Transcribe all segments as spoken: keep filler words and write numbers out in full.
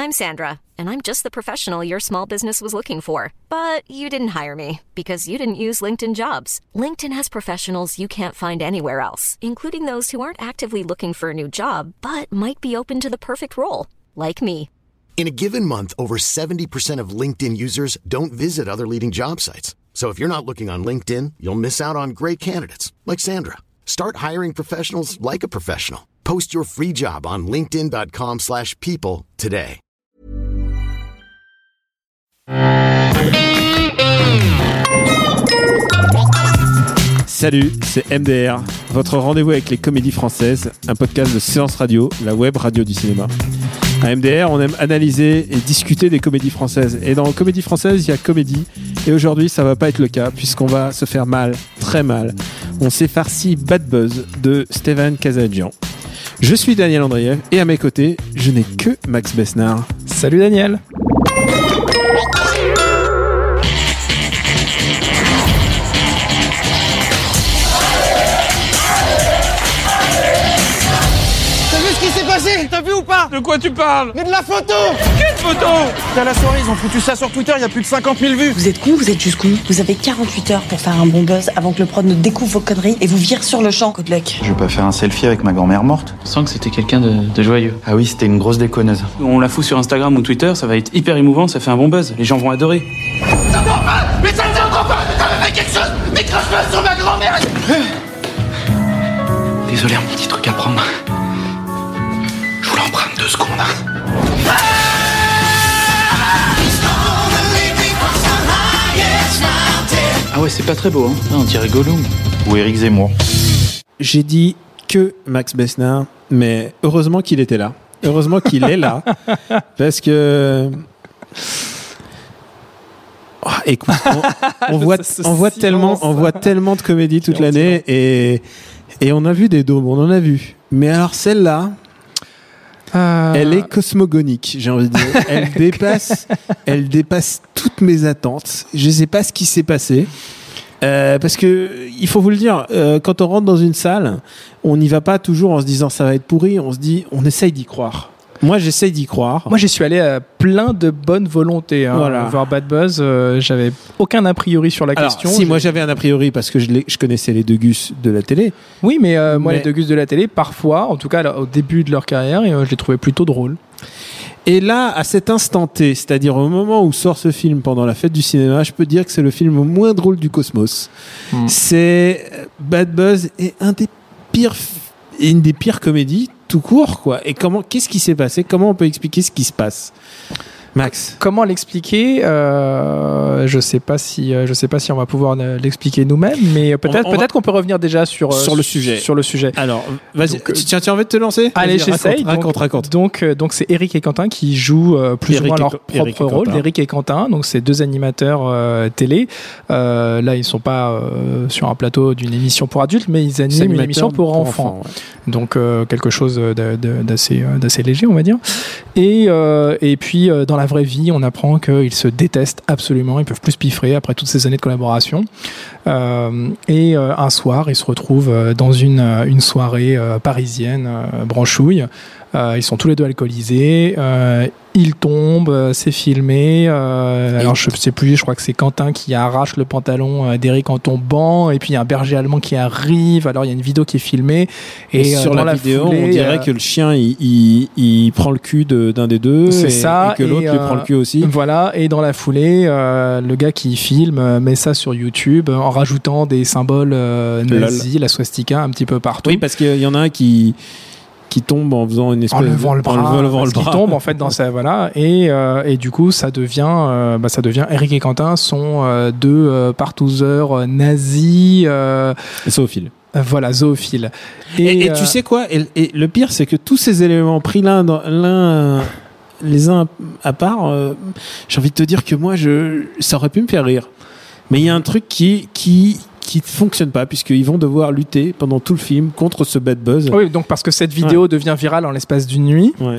I'm Sandra, and I'm just the professional your small business was looking for. But you didn't hire me because you didn't use LinkedIn Jobs. LinkedIn has professionals you can't find anywhere else, including those who aren't actively looking for a new job, but might be open to the perfect role, like me. In a given month, over seventy percent of LinkedIn users don't visit other leading job sites. So if you're not looking on LinkedIn, you'll miss out on great candidates like Sandra. Start hiring professionals like a professional. Post your free job on linkedin.com slash people today. Salut, c'est M D R, votre rendez-vous avec les comédies françaises, un podcast de Séance Radio, la web radio du cinéma. À M D R, on aime analyser et discuter des comédies françaises. Et dans comédie française, il y a comédie. Et aujourd'hui, ça va pas être le cas, puisqu'on va se faire mal, très mal. On s'est farci Bad Buzz de Stéphane Kasabian. Je suis Daniel Andrieff, et à mes côtés, je n'ai que Max Besnard. Salut Daniel. T'as vu ou pas? De quoi tu parles? Mais de la photo! Quelle photo? À la soirée, ils ont foutu ça sur Twitter, il y a plus de cinquante mille vues. Vous êtes con, vous êtes jusqu'où? Vous avez quarante-huit heures pour faire un bon buzz avant que le prod ne découvre vos conneries et vous vire sur le champ. Good luck. Je vais pas faire un selfie avec ma grand-mère morte. Je sens que c'était quelqu'un de, de joyeux. Ah oui, c'était une grosse déconneuse. On la fout sur Instagram ou Twitter, ça va être hyper émouvant, ça fait un bon buzz. Les gens vont adorer. Ça me pas! Mais ça me encore pas! T'as même fait quelque chose! Mais crache-le sur ma grand-mère! Désolé, un petit truc à prendre. Je voulais emprunter deux secondes. Ah ouais, c'est pas très beau, hein. On dirait Gollum. Ou Éric Zemmour. J'ai dit que Max Besnard, mais heureusement qu'il était là. Heureusement qu'il est là. Parce que... Oh, écoute, on, on voit, on voit tellement, on voit tellement de comédies toute l'année et, et on a vu des daubes, on en a vu. Mais alors celle-là... Euh... Elle est cosmogonique, j'ai envie de dire. Elle dépasse, elle dépasse toutes mes attentes. Je sais pas ce qui s'est passé. Euh, parce que, il faut vous le dire, euh, quand on rentre dans une salle, on n'y va pas toujours en se disant ça va être pourri, on se dit, on essaye d'y croire. Moi, j'essaye d'y croire. Moi, j'y suis allé à plein de bonne volonté. Hein. Voilà. Voir Bad Buzz, euh, j'avais aucun a priori sur la Alors, question. Si, j'ai... moi, j'avais un a priori parce que je, je connaissais les deux Gus de la télé. Oui, mais euh, moi, mais... les deux Gus de la télé, parfois, en tout cas au début de leur carrière, et, euh, je les trouvais plutôt drôles. Et là, à cet instant T, c'est-à-dire au moment où sort ce film pendant la fête du cinéma, je peux dire que c'est le film le moins drôle du cosmos. Hmm. C'est Bad Buzz est un des pires, une des pires comédies tout court, quoi. Et comment, qu'est-ce qui s'est passé? Comment on peut expliquer ce qui se passe? Max. Comment l'expliquer? euh, Je sais pas si je sais pas si on va pouvoir l'expliquer nous-mêmes, mais peut-être peut-être va... qu'on peut revenir déjà sur sur le sujet. Sur le sujet. Alors, vas-y. Donc, tiens, tu as envie de te lancer? Allez, j'essaye. Raconte, raconte, raconte. Donc donc c'est Eric et Quentin qui jouent euh, plus Eric ou moins leur et, propre rôle. Eric et Quentin, donc c'est deux animateurs euh, télé. Euh, là, ils sont pas euh, sur un plateau d'une émission pour adultes, mais ils animent une émission pour, pour enfants. enfants ouais. Donc euh, quelque chose de, de, d'assez d'assez léger, on va dire. Et euh, et puis euh, dans la vraie vie, on apprend qu'ils se détestent absolument, ils peuvent plus se piffrer après toutes ces années de collaboration. Euh, et euh, un soir, ils se retrouvent dans une, une soirée euh, parisienne, euh, branchouille. Euh, ils sont tous les deux alcoolisés. Euh, ils tombent, euh, c'est filmé. Euh, alors je sais plus, je crois que c'est Quentin qui arrache le pantalon euh, d'Eric en tombant. Et puis il y a un berger allemand qui arrive. Alors il y a une vidéo qui est filmée. Et, et sur euh, la, la vidéo, foulée, on dirait euh, que le chien il, il, il prend le cul de, d'un des deux. C'est et, ça. Et que l'autre et, lui euh, prend le cul aussi. Voilà. Et dans la foulée, euh, le gars qui filme met ça sur YouTube en rajoutant des symboles euh, nazis, la swastika un petit peu partout. Oui, parce qu'il y en a un qui qui tombe en faisant une espèce en levant le bras, en levant le bras. Qui tombe en fait dans sa voilà et euh, et du coup ça devient euh, bah ça devient Eric et Quentin sont euh, deux euh, partouzeurs euh, nazis euh, zoophiles. Euh, voilà, zoophiles. Et, et, et euh, tu sais quoi et, et le pire c'est que tous ces éléments pris l'un dans l'un les uns à part, euh, j'ai envie de te dire que moi je ça aurait pu me faire rire. Mais il y a un truc qui qui qui ne fonctionne pas puisqu'ils vont devoir lutter pendant tout le film contre ce Bad Buzz. Oui, donc parce que cette vidéo ouais. devient virale en l'espace d'une nuit. Ouais.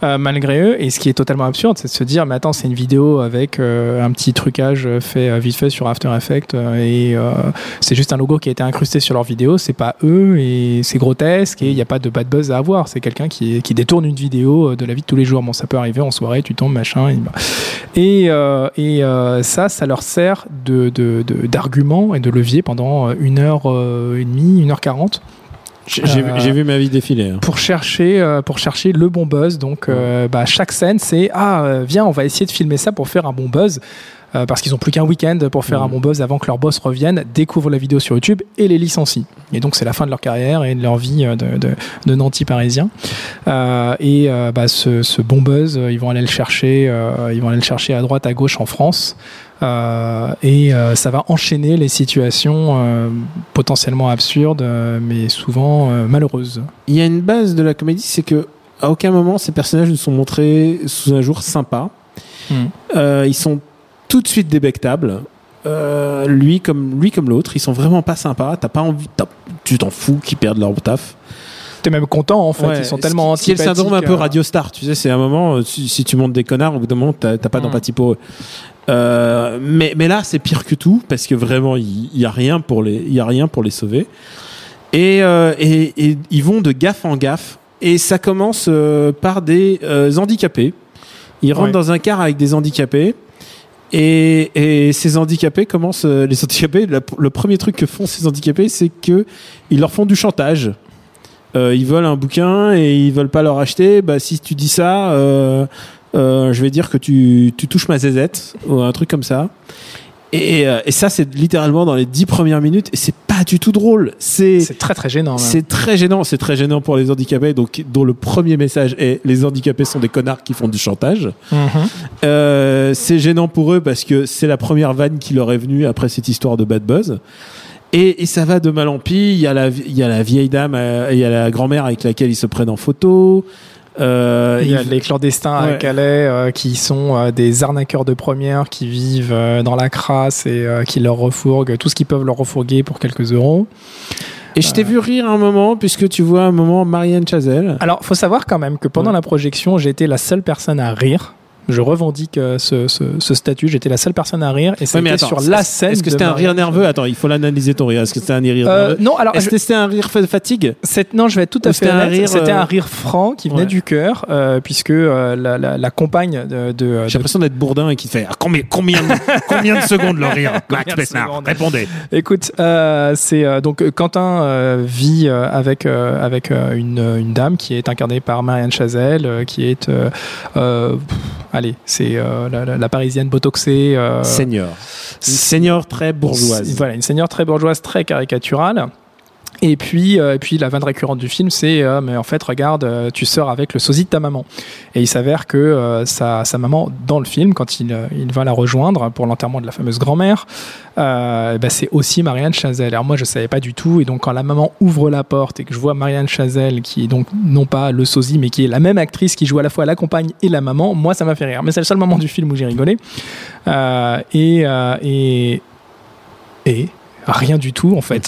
euh, malgré eux. Et ce qui est totalement absurde, c'est de se dire, mais attends, c'est une vidéo avec euh, un petit trucage fait euh, vite fait sur After Effects euh, et euh, c'est juste un logo qui a été incrusté sur leur vidéo. C'est pas eux et c'est grotesque et il n'y a pas de bad buzz à avoir. C'est quelqu'un qui, qui détourne une vidéo de la vie de tous les jours. Bon, ça peut arriver en soirée, tu tombes, machin. Et, et, euh, et euh, ça, ça leur sert de, de, de, d'argument et de levier pendant une heure euh, et demie, une heure quarante. J'ai, euh, j'ai vu ma vie défiler. Hein. Pour chercher, euh, pour chercher le bon buzz. Donc, euh, bah, chaque scène, c'est ah, euh, viens, on va essayer de filmer ça pour faire un bon buzz. Euh, parce qu'ils n'ont plus qu'un week-end pour faire mmh. un bon buzz avant que leur boss revienne, découvre la vidéo sur YouTube et les licencie. Et donc, c'est la fin de leur carrière et de leur vie de, de, de nantis parisiens. Euh, et euh, bah, ce, ce bon buzz, ils vont aller le chercher, euh, ils vont aller le chercher à droite, à gauche en France. Euh, et euh, ça va enchaîner les situations euh, potentiellement absurdes, euh, mais souvent euh, malheureuses. Il y a une base de la comédie, c'est que à aucun moment ces personnages ne sont montrés sous un jour sympa. Mmh. Euh, ils sont tout de suite débectables. Euh, lui comme lui comme l'autre, ils sont vraiment pas sympas. T'as pas envie, t'as, tu t'en fous qu'ils perdent leur taf. T'es même content en fait. Ouais, ils sont tellement antipathiques. C'est le syndrome un peu Radio Star. Tu sais, c'est un moment si, si tu montes des connards, au bout d'un moment t'as, t'as pas mmh. d'empathie pour eux. Euh, mais mais là c'est pire que tout parce que vraiment il y, y a rien pour les il y a rien pour les sauver et, euh, et et ils vont de gaffe en gaffe et ça commence euh, par des euh, handicapés. Ils rentrent ouais. dans un car avec des handicapés et et ces handicapés commencent euh, les handicapés la, le premier truc que font ces handicapés c'est que ils leur font du chantage. Euh, ils veulent un bouquin et ils veulent pas leur acheter. Bah si tu dis ça. Euh, Euh, je vais dire que tu, tu touches ma zézette ou un truc comme ça et, et ça c'est littéralement dans les dix premières minutes et c'est pas du tout drôle, c'est, c'est très très gênant c'est même. très gênant c'est très gênant pour les handicapés donc, dont le premier message est les handicapés sont des connards qui font du chantage. Mm-hmm. Euh, c'est gênant pour eux parce que c'est la première vanne qui leur est venue après cette histoire de bad buzz. Et, et ça va de mal en pis. Il y a la, il y a la vieille dame et il y a la grand-mère avec laquelle ils se prennent en photo. Euh, il y a il... les clandestins ouais. à Calais euh, qui sont euh, des arnaqueurs de première qui vivent euh, dans la crasse et euh, qui leur refourguent tout ce qu'ils peuvent leur refourguer pour quelques euros. Et je t'ai euh... vu rire un moment puisque tu vois un moment Marianne Chazelle. Alors faut savoir quand même que pendant ouais. la projection j'ai été la seule personne à rire. Je revendique ce, ce, ce statut. J'étais la seule personne à rire et c'était ouais, sur la scène. Est-ce que c'était un rire nerveux ? Attends, il faut l'analyser ton rire. Est-ce que c'était un rire euh, nerveux ? Non, alors est-ce je... que c'était un rire de fatigue ? C'est... Non, je vais être tout à Ou fait honnête. Un rire, c'était euh... un rire franc qui venait ouais. du cœur, euh, puisque euh, la, la, la compagne de. de J'ai de... l'impression d'être Bourdin et qui fait ah, combien, combien, de, combien de secondes le rire ? Max Besnard, répondez. Écoute, euh, c'est euh, donc Quentin euh, vit euh, avec euh, avec euh, une, une dame qui est incarnée par Marianne Chazelle, euh, qui est euh, euh, pff, allez, c'est euh, La, la, la parisienne botoxée. Euh, senior. Une senior très bourgeoise. Voilà, une senior très bourgeoise, très caricaturale. Et puis, euh, et puis la vanne récurrente du film, c'est euh, mais en fait, regarde, euh, tu sors avec le sosie de ta maman. Et il s'avère que euh, sa, sa maman, dans le film, quand il, euh, il va la rejoindre pour l'enterrement de la fameuse grand-mère, euh, bah, c'est aussi Marianne Chazelle. Alors moi, je savais pas du tout. Et donc, quand la maman ouvre la porte et que je vois Marianne Chazelle, qui est donc non pas le sosie, mais qui est la même actrice qui joue à la fois la compagne et la maman, moi, ça m'a fait rire. Mais c'est le seul moment du film où j'ai rigolé. Euh, et, euh, et et rien du tout en fait.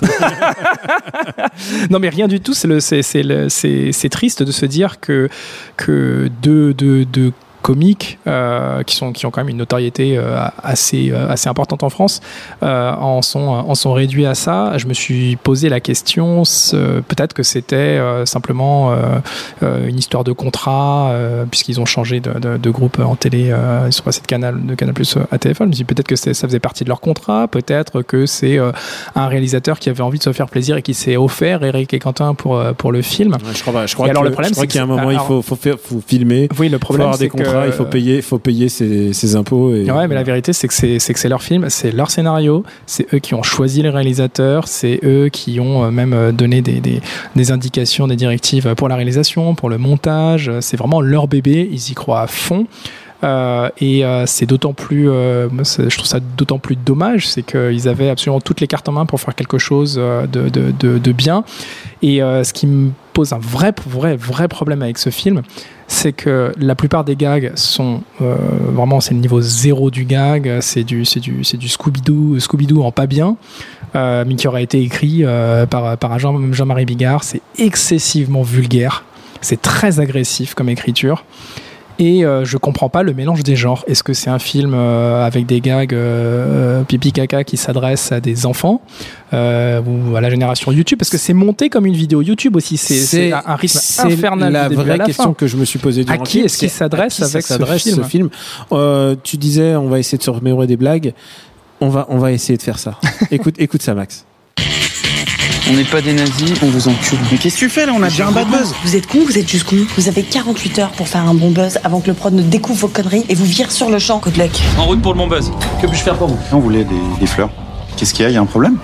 Non mais rien du tout, c'est, le, c'est, c'est, le, c'est, c'est triste de se dire que, que deux, deux, deux comiques euh, qui, sont, qui ont quand même une notoriété euh, assez, euh, assez importante en France euh, en, sont, en sont réduits à ça. Je me suis posé la question, peut-être que c'était euh, simplement euh, euh, une histoire de contrat euh, puisqu'ils ont changé de, de, de groupe en télé, euh, ils sont passés de Canal, de Canal plus à T F un. Je me suis dit peut-être que c'est, ça faisait partie de leur contrat, peut-être que c'est euh, un réalisateur qui avait envie de se faire plaisir et qui s'est offert Eric et Quentin pour, pour le film. Ouais, je crois, je crois, alors, que, le problème, je crois c'est qu'il y a un moment alors, il faut, faut, faire, faut filmer, oui, le problème, faut avoir des contrats, il faut payer, faut payer ses, ses impôts. Et, ouais, voilà. Mais la vérité, c'est que c'est, c'est que c'est leur film, c'est leur scénario, c'est eux qui ont choisi les réalisateurs, c'est eux qui ont même donné des, des, des indications, des directives pour la réalisation, pour le montage. C'est vraiment leur bébé, ils y croient à fond. Euh, et euh, c'est d'autant plus, euh, c'est, je trouve ça d'autant plus dommage, c'est qu'ils avaient absolument toutes les cartes en main pour faire quelque chose de, de, de, de bien. Et euh, ce qui me pose un vrai, vrai, vrai problème avec ce film, c'est que la plupart des gags sont euh, vraiment, c'est le niveau zéro du gag, c'est du, c'est du, c'est du Scooby-Doo, Scooby-Doo en pas bien, euh, mais qui aurait été écrit euh, par, par Jean, Jean-Marie Bigard. C'est excessivement vulgaire, c'est très agressif comme écriture. Et euh, je comprends pas le mélange des genres. Est-ce que c'est un film euh, avec des gags euh, pipi caca qui s'adresse à des enfants euh, ou à la génération YouTube? Parce que c'est monté comme une vidéo YouTube aussi. C'est, c'est, c'est un rythme infernal. C'est la du début vraie à la question fin. que je me suis posée durant le film. À qui est-ce qu'il s'adresse avec ce film, ce film euh, Tu disais, on va essayer de se remémorer des blagues. On va, on va essayer de faire ça. écoute, écoute ça, Max. On n'est pas des nazis, on vous encule. Mais qu'est-ce que tu fais là? On a déjà un bad buzz. Vous êtes con, vous êtes juste con. Vous avez quarante-huit heures pour faire un bon buzz avant que le prod ne découvre vos conneries et vous vire sur le champ. Good luck. En route pour le bon buzz. Que puis-je faire pour vous? On voulait des, des fleurs. Qu'est-ce qu'il y a? Il y a un problème?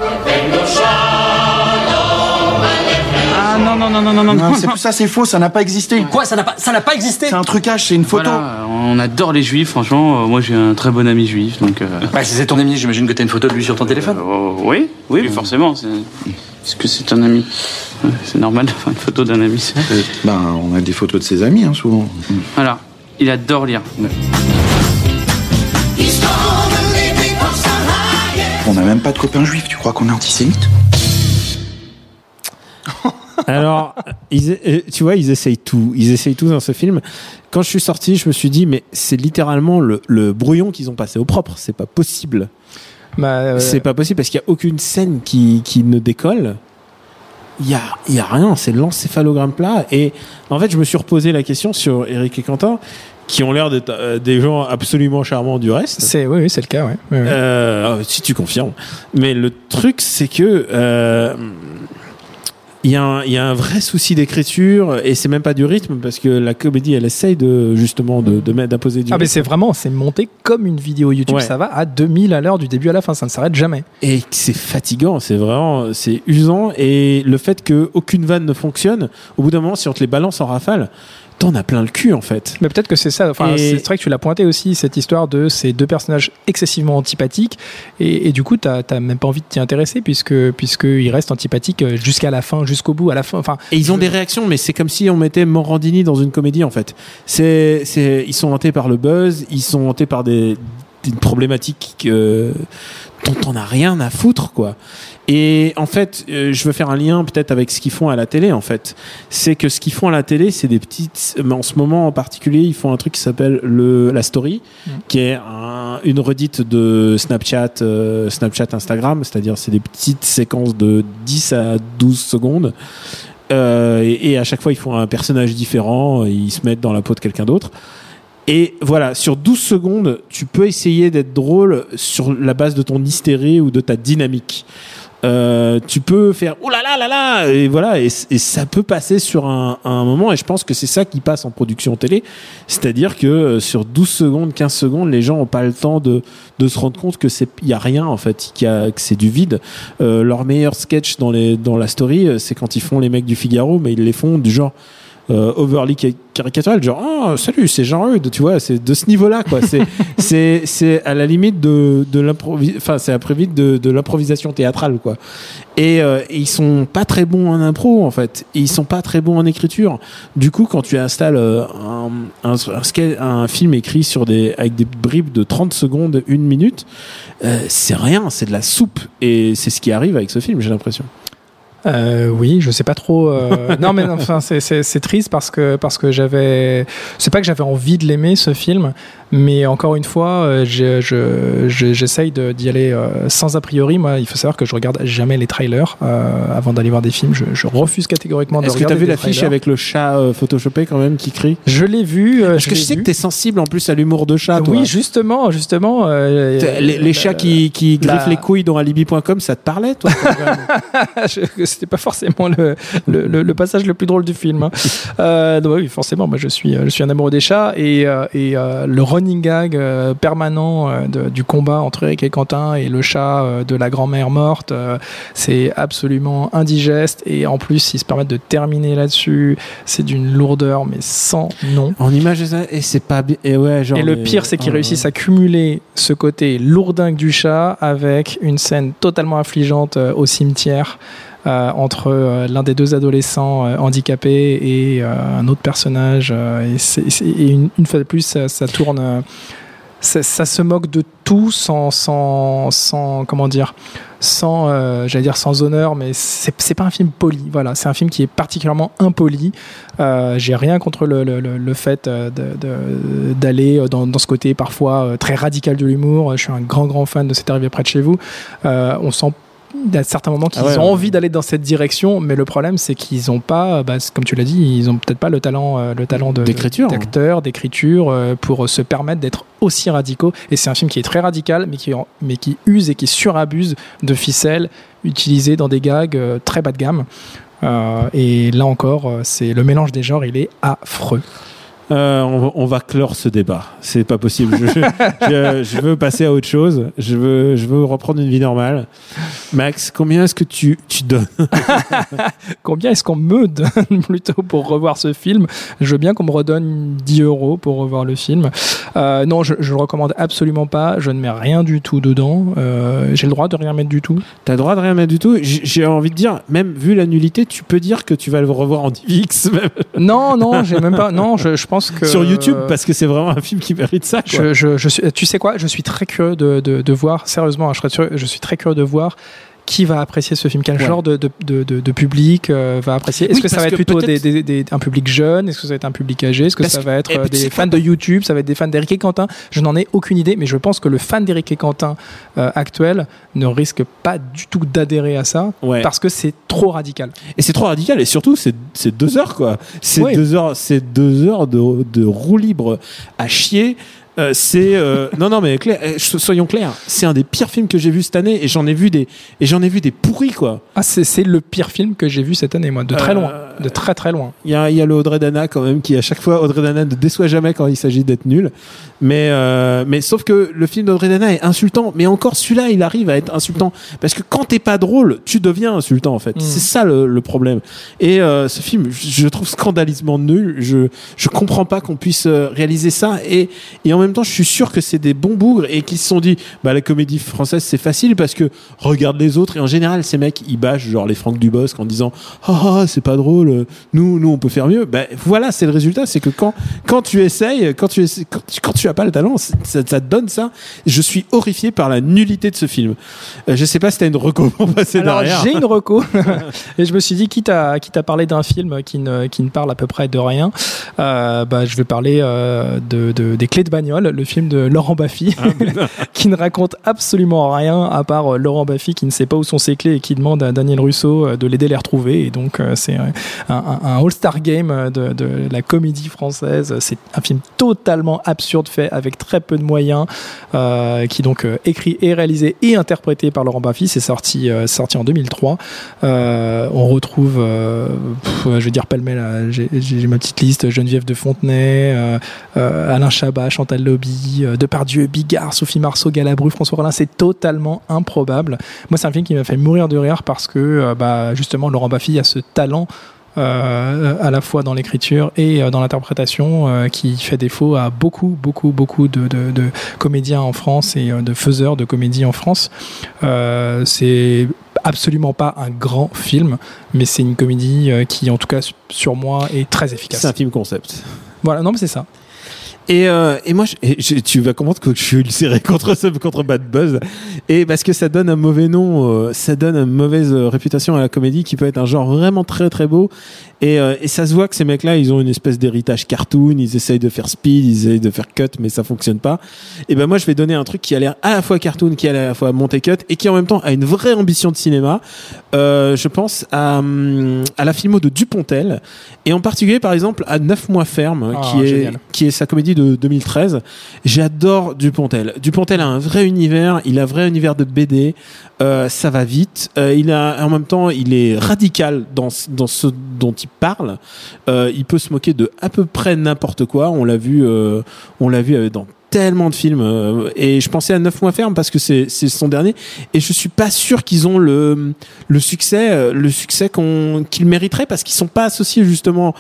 Ah non, non, non, non, non, non. Non, c'est, ça c'est faux, ça n'a pas existé. Quoi, ça n'a pas, ça n'a pas existé? C'est un trucage, c'est une photo. Voilà, on adore les juifs, franchement. Euh, moi j'ai un très bon ami juif, donc... Euh... Bah, si c'est ton ami, j'imagine que t'as une photo de lui sur ton téléphone. Euh, oui, oui, forcément. C'est... Est-ce que c'est un ami? Ouais, c'est normal d'avoir une photo d'un ami. C'est... Euh, ben, on a des photos de ses amis, hein, souvent. Voilà, il adore lire. Ouais. On n'a même pas de copains juifs, tu crois qu'on est antisémite? Alors, ils, tu vois, ils essayent tout. Ils essayent tout dans ce film. Quand je suis sorti, je me suis dit, mais c'est littéralement le, le brouillon qu'ils ont passé au propre. C'est pas possible. Bah, euh... C'est pas possible parce qu'il n'y a aucune scène qui, qui ne décolle. Il y a, il y a rien. C'est l'encéphalogramme plat. Et en fait, je me suis reposé la question sur Eric et Quentin, qui ont l'air d'être euh, des gens absolument charmants du reste. C'est, oui, oui, c'est le cas, ouais. Oui, oui. Euh, si tu confirmes. Mais le truc, c'est que euh, il y a un, il y a un vrai souci d'écriture et c'est même pas du rythme parce que la comédie, elle essaye de justement de, de mettre, d'imposer du ah rythme. mais c'est vraiment, c'est monté comme une vidéo YouTube. Ouais. Ça va à deux mille à l'heure du début à la fin, ça ne s'arrête jamais. Et c'est fatigant, c'est vraiment, c'est usant et le fait que aucune vanne ne fonctionne, au bout d'un moment, si on te les balance en rafale, t'en as plein le cul en fait. Mais peut-être que c'est ça. Enfin, et... c'est vrai que tu l'as pointé aussi, cette histoire de ces deux personnages excessivement antipathiques et, et du coup t'as, t'as même pas envie de t'y intéresser puisque puisqu'ils restent antipathiques jusqu'à la fin, jusqu'au bout, à la fin. Enfin, et ils ont des réactions, mais c'est comme si on mettait Morandini dans une comédie en fait. C'est, c'est, ils sont hantés par le buzz, ils sont hantés par des, des problématiques euh, dont on n'a rien à foutre quoi. Et en fait, euh, je veux faire un lien peut-être avec ce qu'ils font à la télé en fait. C'est que ce qu'ils font à la télé, c'est des petites... En ce moment en particulier, ils font un truc qui s'appelle le, la story, mmh. qui est un, une redite de Snapchat, euh, Snapchat, Instagram, c'est-à-dire c'est des petites séquences de dix à douze secondes. Euh, et, et à chaque fois, ils font un personnage différent, ils se mettent dans la peau de quelqu'un d'autre. Et voilà, sur douze secondes, tu peux essayer d'être drôle sur la base de ton hystérie ou de ta dynamique. Euh, tu peux faire oh là là là là et voilà et, et ça peut passer sur un, un moment et je pense que c'est ça qui passe en production télé, c'est-à-dire que euh, sur douze secondes, quinze secondes, les gens ont pas le temps de, de se rendre compte que c'est il y a rien en fait, qu'il y a, que c'est du vide. Euh, leur meilleur sketch dans les dans la story, c'est quand ils font les mecs du Figaro, mais ils les font du genre Euh, overly caricatural, genre oh salut c'est Jean-Eudes, tu vois, c'est de ce niveau-là quoi. C'est c'est c'est à la limite de de l'improvis, enfin c'est après vite de de l'improvisation théâtrale quoi. Et, euh, et ils sont pas très bons en impro en fait, et ils sont pas très bons en écriture. Du coup, quand tu installes euh, un, un, un un film écrit sur des avec des bribes de trente secondes, une minute, euh, c'est rien, c'est de la soupe et c'est ce qui arrive avec ce film, j'ai l'impression. Euh, oui, je sais pas trop. Euh... non, mais enfin, c'est, c'est, c'est triste parce que parce que j'avais. C'est pas que j'avais envie de l'aimer ce film, mais encore une fois, je, je, je, j'essaye de, d'y aller euh, sans a priori. Moi, il faut savoir que je regarde jamais les trailers euh, avant d'aller voir des films. Je, je refuse catégoriquement de Est-ce regarder. Est-ce que t'as vu l'affiche trailers. avec le chat euh, photoshopé quand même qui crie? Je l'ai vu. Euh, Parce je que je sais vu. que t'es sensible en plus à l'humour de chat. Toi. Oui, justement, justement. Euh, les, les la, chats qui, qui la... griffent les couilles dans alibi point com, ça te parlait toi? je, C'était pas forcément le, le, le, le passage le plus drôle du film. Hein. Euh, donc, oui, forcément, moi je suis, je suis un amoureux des chats et, euh, et euh, le running gag euh, permanent euh, de, du combat entre Eric et Quentin et le chat euh, de la grand-mère morte, euh, c'est absolument indigeste et en plus ils se permettent de terminer là-dessus. C'est d'une lourdeur mais sans nom. En image et c'est pas bien. Et, ouais, genre et le les... pire, c'est qu'ils oh, réussissent ouais. à cumuler ce côté lourdingue du chat avec une scène totalement affligeante euh, au cimetière. Euh, entre euh, l'un des deux adolescents euh, handicapés et euh, un autre personnage euh, et, c'est, c'est, et une, une fois de plus ça, ça tourne euh, ça, ça se moque de tout sans, sans, sans comment dire sans, euh, j'allais dire sans honneur, mais c'est, c'est pas un film poli. Voilà, c'est un film qui est particulièrement impoli. Euh, j'ai rien contre le, le, le fait de, de, d'aller dans, dans ce côté parfois très radical de l'humour. Je suis un grand grand fan de C'est arrivé près de chez vous. Euh, on sent il y a certains moments qu'ils ah ouais, ont ouais. envie d'aller dans cette direction, mais le problème c'est qu'ils n'ont pas, bah, comme tu l'as dit, ils n'ont peut-être pas le talent, euh, le talent de, d'écriture, d'acteur, d'écriture euh, pour se permettre d'être aussi radicaux. Et c'est un film qui est très radical, mais qui, mais qui use et qui surabuse de ficelles utilisées dans des gags euh, très bas de gamme. Euh, et là encore, c'est le mélange des genres, il est affreux. Euh, on, va, on va clore ce débat. C'est pas possible. Je, je, je veux passer à autre chose. Je veux, je veux reprendre une vie normale. Max, combien est-ce que tu, tu donnes Combien est-ce qu'on me donne plutôt pour revoir ce film ? Je veux bien qu'on me redonne dix euros pour revoir le film. Euh, non, je, je le recommande absolument pas. Je ne mets rien du tout dedans. Euh, j'ai le droit de rien mettre du tout. T'as le droit de rien mettre du tout. J'ai, j'ai envie de dire, même vu la nullité, tu peux dire que tu vas le revoir en D V X même. Non, non, j'ai même pas. Non, je, je pense que sur YouTube, parce que c'est vraiment un film qui mérite ça. Quoi. Je, je, je suis, tu sais quoi, je suis très curieux de, de, de voir, sérieusement, je, serais, je suis très curieux de voir qui va apprécier ce film, quel ouais. genre de, de, de, de, de public euh, va apprécier. Est-ce oui, que ça va être plutôt des, des, des, un public jeune ? Est-ce que ça va être un public âgé ? Est-ce que parce ça va être que, des fans de YouTube ? Ça va être des fans d'Éric et Quentin ? Je n'en ai aucune idée, mais je pense que le fan d'Éric et Quentin euh, actuel ne risque pas du tout d'adhérer à ça ouais. parce que c'est trop radical. Et c'est trop radical, et surtout c'est, c'est deux heures quoi. C'est ouais. deux heures, c'est deux heures de, de roue libre à chier. Euh, c'est euh, non non mais clair, soyons clairs, c'est un des pires films que j'ai vu cette année, et j'en ai vu des et j'en ai vu des pourris quoi. Ah c'est c'est le pire film que j'ai vu cette année moi, de très euh, loin, de très très loin. Il y a il y a le Audrey Dana quand même qui à chaque fois Audrey Dana ne déçoit jamais quand il s'agit d'être nul. Mais euh, mais sauf que le film d'Audrey Dana est insultant, mais encore celui-là il arrive à être insultant parce que quand t'es pas drôle, tu deviens insultant en fait. Mmh. C'est ça le, le problème. Et euh, ce film, je le trouve scandaleusement nul. Je je comprends pas qu'on puisse réaliser ça et et en En même temps, je suis sûr que c'est des bons bougres et qu'ils se sont dit, bah, la comédie française, c'est facile parce que regarde les autres. Et en général, ces mecs, ils bâchent genre les Franck Dubosc en disant, ah, oh, c'est pas drôle. Nous, nous, on peut faire mieux. Bah, voilà, c'est le résultat. C'est que quand, quand tu essayes, quand tu essayes, quand tu, quand tu as pas le talent, ça, ça te donne ça. Je suis horrifié par la nullité de ce film. Euh, je sais pas si t'as une reco pour passer Alors, derrière. J'ai une reco. Et je me suis dit, quitte à, quitte à parler d'un film qui ne, qui ne parle à peu près de rien, euh, bah, je vais parler, euh, de, de, des Clés de bagnole. Le film de Laurent Baffy ah, qui ne raconte absolument rien à part Laurent Baffy qui ne sait pas où sont ses clés et qui demande à Daniel Russo de l'aider à les retrouver. Et donc c'est un, un, un all-star game de, de la comédie française. C'est un film totalement absurde fait avec très peu de moyens, euh, qui donc euh, écrit et réalisé et interprété par Laurent Baffy. C'est sorti, euh, sorti en deux mille trois. Euh, on retrouve, euh, pff, je vais dire pêle-mêle, j'ai, j'ai ma petite liste: Geneviève de Fontenay, euh, euh, Alain Chabat, Chantal Lobby, euh, Depardieu, Bigard, Sophie Marceau, Galabru, François Rollin. C'est totalement improbable. Moi, c'est un film qui m'a fait mourir de rire parce que euh, bah, justement Laurent Baffy a ce talent euh, à la fois dans l'écriture et euh, dans l'interprétation euh, qui fait défaut à beaucoup beaucoup beaucoup de, de, de comédiens en France et euh, de faiseurs de comédie en France. Euh, c'est absolument pas un grand film, mais c'est une comédie euh, qui, en tout cas sur moi, est très efficace. C'est un film concept. Voilà, non mais c'est ça. Et, euh, et moi, je, et je, tu vas comprendre que je suis ulcéré contre ce, contre Bad Buzz, et parce que ça donne un mauvais nom, euh, ça donne une mauvaise réputation à la comédie qui peut être un genre vraiment très très beau. Et, euh, et ça se voit que ces mecs-là, ils ont une espèce d'héritage cartoon, ils essayent de faire speed, ils essayent de faire cut, mais ça fonctionne pas. Et ben moi, je vais donner un truc qui a l'air à la fois cartoon, qui a l'air à la fois monté cut, et qui en même temps a une vraie ambition de cinéma. Euh, je pense à, à la filmo de Dupontel, et en particulier, par exemple, à Neuf mois ferme, oh, qui est, qui est sa comédie de deux mille treize. J'adore Dupontel. Dupontel a un vrai univers, il a un vrai univers de B D, euh, ça va vite, euh, il a, en même temps, il est radical dans, dans ce dont il parle. Euh, il peut se moquer de à peu près n'importe quoi. On l'a vu, euh, on l'a vu dans tellement de films, euh, et je pensais à Neuf mois ferme parce que c'est c'est son dernier, et je suis pas sûr qu'ils ont le le succès le succès qu'on qu'ils mériteraient, parce qu'ils sont pas associés justement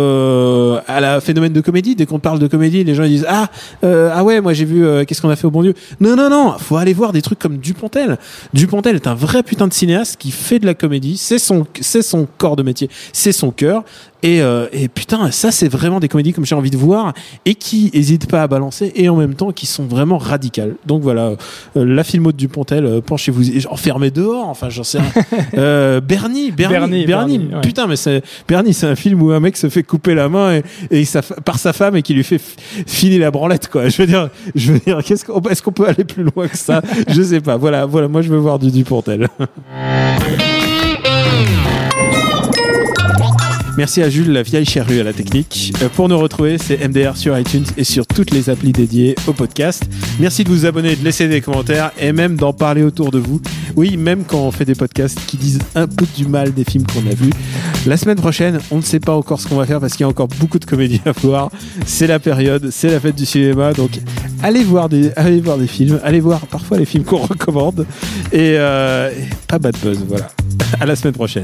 euh, à la phénomène de comédie. Dès qu'on parle de comédie, les gens ils disent ah euh, ah ouais, moi j'ai vu euh, qu'est-ce qu'on a fait au bon Dieu. Non non non, faut aller voir des trucs comme Dupontel. Dupontel est un vrai putain de cinéaste qui fait de la comédie, c'est son c'est son corps de métier, c'est son cœur. Et, euh, et putain, ça c'est vraiment des comédies comme j'ai envie de voir et qui hésitent pas à balancer et en même temps qui sont vraiment radicales. Donc voilà, euh, la filmo de Dupontel, euh, penchez-vous, enfermez dehors, enfin j'en sais rien. euh, Bernie, Bernie, Bernie, Bernie, Bernie ouais. Putain, mais c'est, Bernie, c'est un film où un mec se fait couper la main et, et sa, par sa femme et qui lui fait f- filer la branlette, quoi. Je veux dire, je veux dire, qu'est-ce qu'on, est-ce qu'on peut aller plus loin que ça? Je sais pas. Voilà, voilà, moi je veux voir du Dupontel. Merci à Jules, la vieille charrue à la technique. Euh, pour nous retrouver, c'est M D R sur iTunes et sur toutes les applis dédiées au podcast. Merci de vous abonner, de laisser des commentaires et même d'en parler autour de vous. Oui, même quand on fait des podcasts qui disent un peu du mal des films qu'on a vus. La semaine prochaine, on ne sait pas encore ce qu'on va faire parce qu'il y a encore beaucoup de comédies à voir. C'est la période, c'est la fête du cinéma, donc allez voir des, allez voir des films, allez voir parfois les films qu'on recommande et, euh, et pas bad buzz. Voilà. À la semaine prochaine.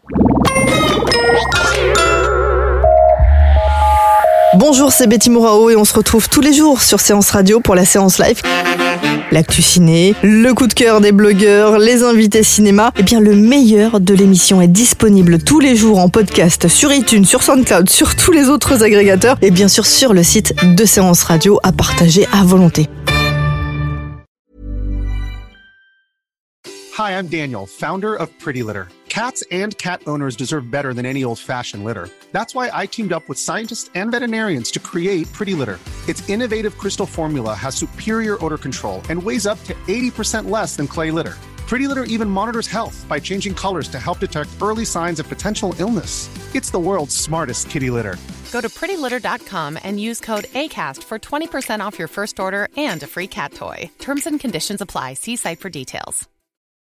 Bonjour, c'est Betty Mourao et on se retrouve tous les jours sur Séance Radio pour la séance live. L'actu ciné, le coup de cœur des blogueurs, les invités cinéma. Eh bien, le meilleur de l'émission est disponible tous les jours en podcast sur iTunes, sur SoundCloud, sur tous les autres agrégateurs et bien sûr sur le site de Séance Radio à partager à volonté. Hi, I'm Daniel, founder of Pretty Litter. Cats and cat owners deserve better than any old-fashioned litter. That's why I teamed up with scientists and veterinarians to create Pretty Litter. Its innovative crystal formula has superior odor control and weighs up to eighty percent less than clay litter. Pretty Litter even monitors health by changing colors to help detect early signs of potential illness. It's the world's smartest kitty litter. Go to pretty litter dot com and use code ACAST for twenty percent off your first order and a free cat toy. Terms and conditions apply. See site for details.